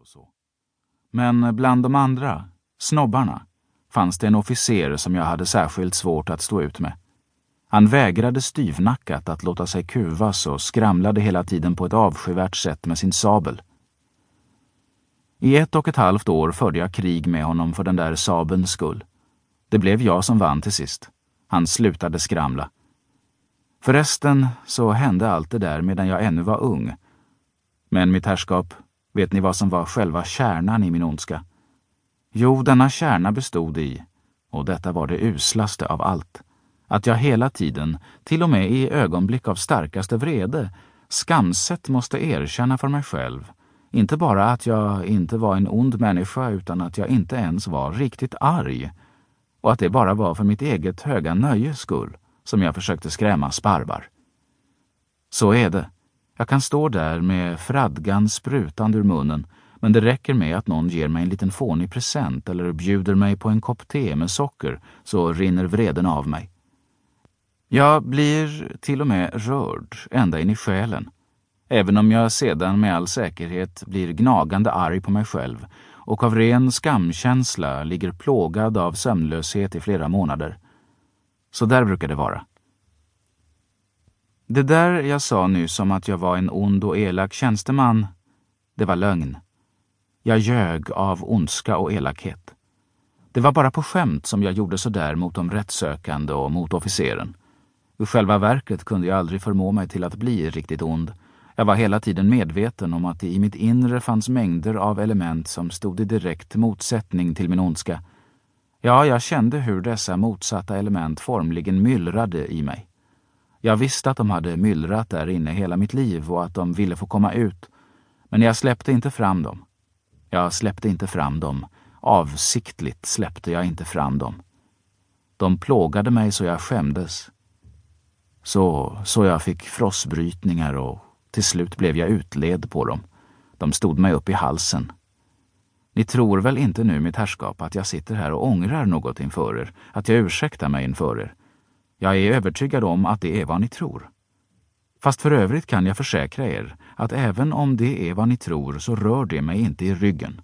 och så. Men bland de andra, snobbarna, fanns det en officer som jag hade särskilt svårt att stå ut med. Han vägrade styvnackat att låta sig kuvas och skramlade hela tiden på ett avskyvärt sätt med sin sabel. I 1,5 år förde jag krig med honom för den där sabelns skull. Det blev jag som vann till sist. Han slutade skramla. Förresten så hände allt det där medan jag ännu var ung. Men mitt herrskap, vet ni vad som var själva kärnan i min ondska? Jo, denna kärna bestod i, och detta var det uslaste av allt, att jag hela tiden, till och med i ögonblick av starkaste vrede, skamset måste erkänna för mig själv, inte bara att jag inte var en ond människa utan att jag inte ens var riktigt arg, och att det bara var för mitt eget höga nöjes skull som jag försökte skrämma sparvar. Så är det. Jag kan stå där med fradgan sprutande ur munnen, men det räcker med att någon ger mig en liten fånig present eller bjuder mig på en kopp te med socker, så rinner vreden av mig. Jag blir till och med rörd ända in i själen, även om jag sedan med all säkerhet blir gnagande arg på mig själv och av ren skamkänsla ligger plågad av sömnlöshet i flera månader. Så där brukar det vara. Det där jag sa nyss om att jag var en ond och elak tjänsteman, det var lögn. Jag ljög av ondska och elakhet. Det var bara på skämt som jag gjorde så där mot de rättssökande och mot officeren. I själva verket kunde jag aldrig förmå mig till att bli riktigt ond. Jag var hela tiden medveten om att det i mitt inre fanns mängder av element som stod i direkt motsättning till min ondska. Ja, jag kände hur dessa motsatta element formligen myllrade i mig. Jag visste att de hade myllrat där inne hela mitt liv och att de ville få komma ut. Men jag släppte inte fram dem. Avsiktligt släppte jag inte fram dem. De plågade mig så jag skämdes. Så jag fick frossbrytningar och till slut blev jag utled på dem. De stod mig upp i halsen. Ni tror väl inte nu, mitt herrskap, att jag sitter här och ångrar något inför er, att jag ursäktar mig inför er. Jag är övertygad om att det är vad ni tror. Fast för övrigt kan jag försäkra er att även om det är vad ni tror så rör det mig inte i ryggen.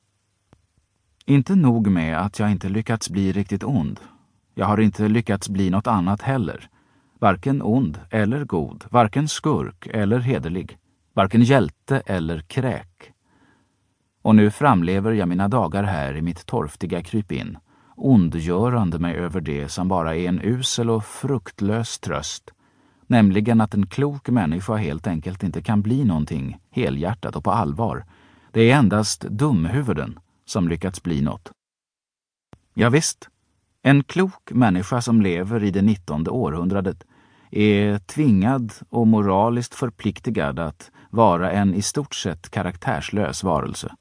Inte nog med att jag inte lyckats bli riktigt ond. Jag har inte lyckats bli något annat heller. Varken ond eller god, varken skurk eller hederlig, varken hjälte eller kräk. Och nu framlever jag mina dagar här i mitt torftiga krypin, ondgörande mig över det som bara är en usel och fruktlös tröst, nämligen att en klok människa helt enkelt inte kan bli någonting helhjärtat och på allvar. Det är endast dumhuvuden som lyckats bli något. Ja visst, en klok människa som lever i det 19:e århundradet är tvingad och moraliskt förpliktigad att vara en i stort sett karaktärslös varelse.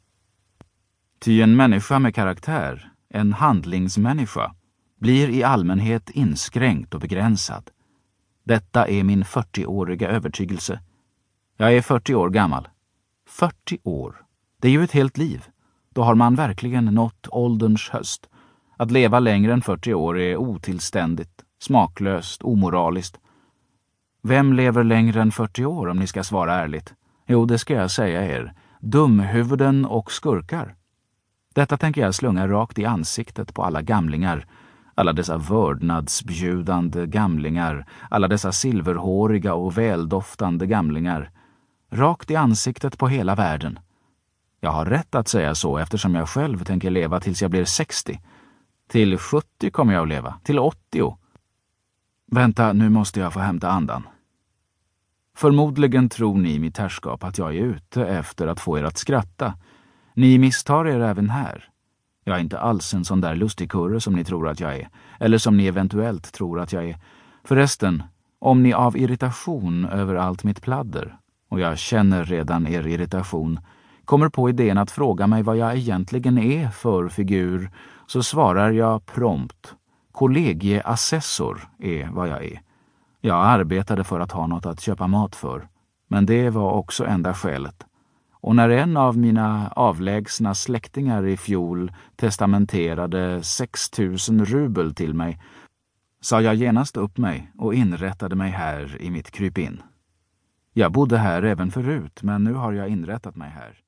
Ty en människa med karaktär, en handlingsmänniska, blir i allmänhet inskränkt och begränsad. Detta är min 40-åriga övertygelse. Jag är 40 år gammal. 40 år. Det är ju ett helt liv. Då har man verkligen nått ålderns höst. Att leva längre än 40 år är otillständigt, smaklöst, omoraliskt. Vem lever längre än 40 år om ni ska svara ärligt? Jo, det ska jag säga er. Dumhuvuden och skurkar. Detta tänker jag slunga rakt i ansiktet på alla gamlingar. Alla dessa vördnadsbjudande gamlingar. Alla dessa silverhåriga och väldoftande gamlingar. Rakt i ansiktet på hela världen. Jag har rätt att säga så eftersom jag själv tänker leva tills jag blir 60. Till 70 kommer jag att leva. Till 80. Vänta, nu måste jag få hämta andan. Förmodligen tror ni, mitt herrskap, att jag är ute efter att få er att skratta. Ni misstar er även här. Jag är inte alls en sån där lustigkurre som ni tror att jag är. Eller som ni eventuellt tror att jag är. Förresten, om ni av irritation över allt mitt pladder, och jag känner redan er irritation, kommer på idén att fråga mig vad jag egentligen är för figur, så svarar jag prompt. Kollegieassessor är vad jag är. Jag arbetade för att ha något att köpa mat för, men det var också enda skälet. Och när en av mina avlägsna släktingar i fjol testamenterade 6 000 rubel till mig, sa jag genast upp mig och inrättade mig här i mitt krypin. Jag bodde här även förut, men nu har jag inrättat mig här.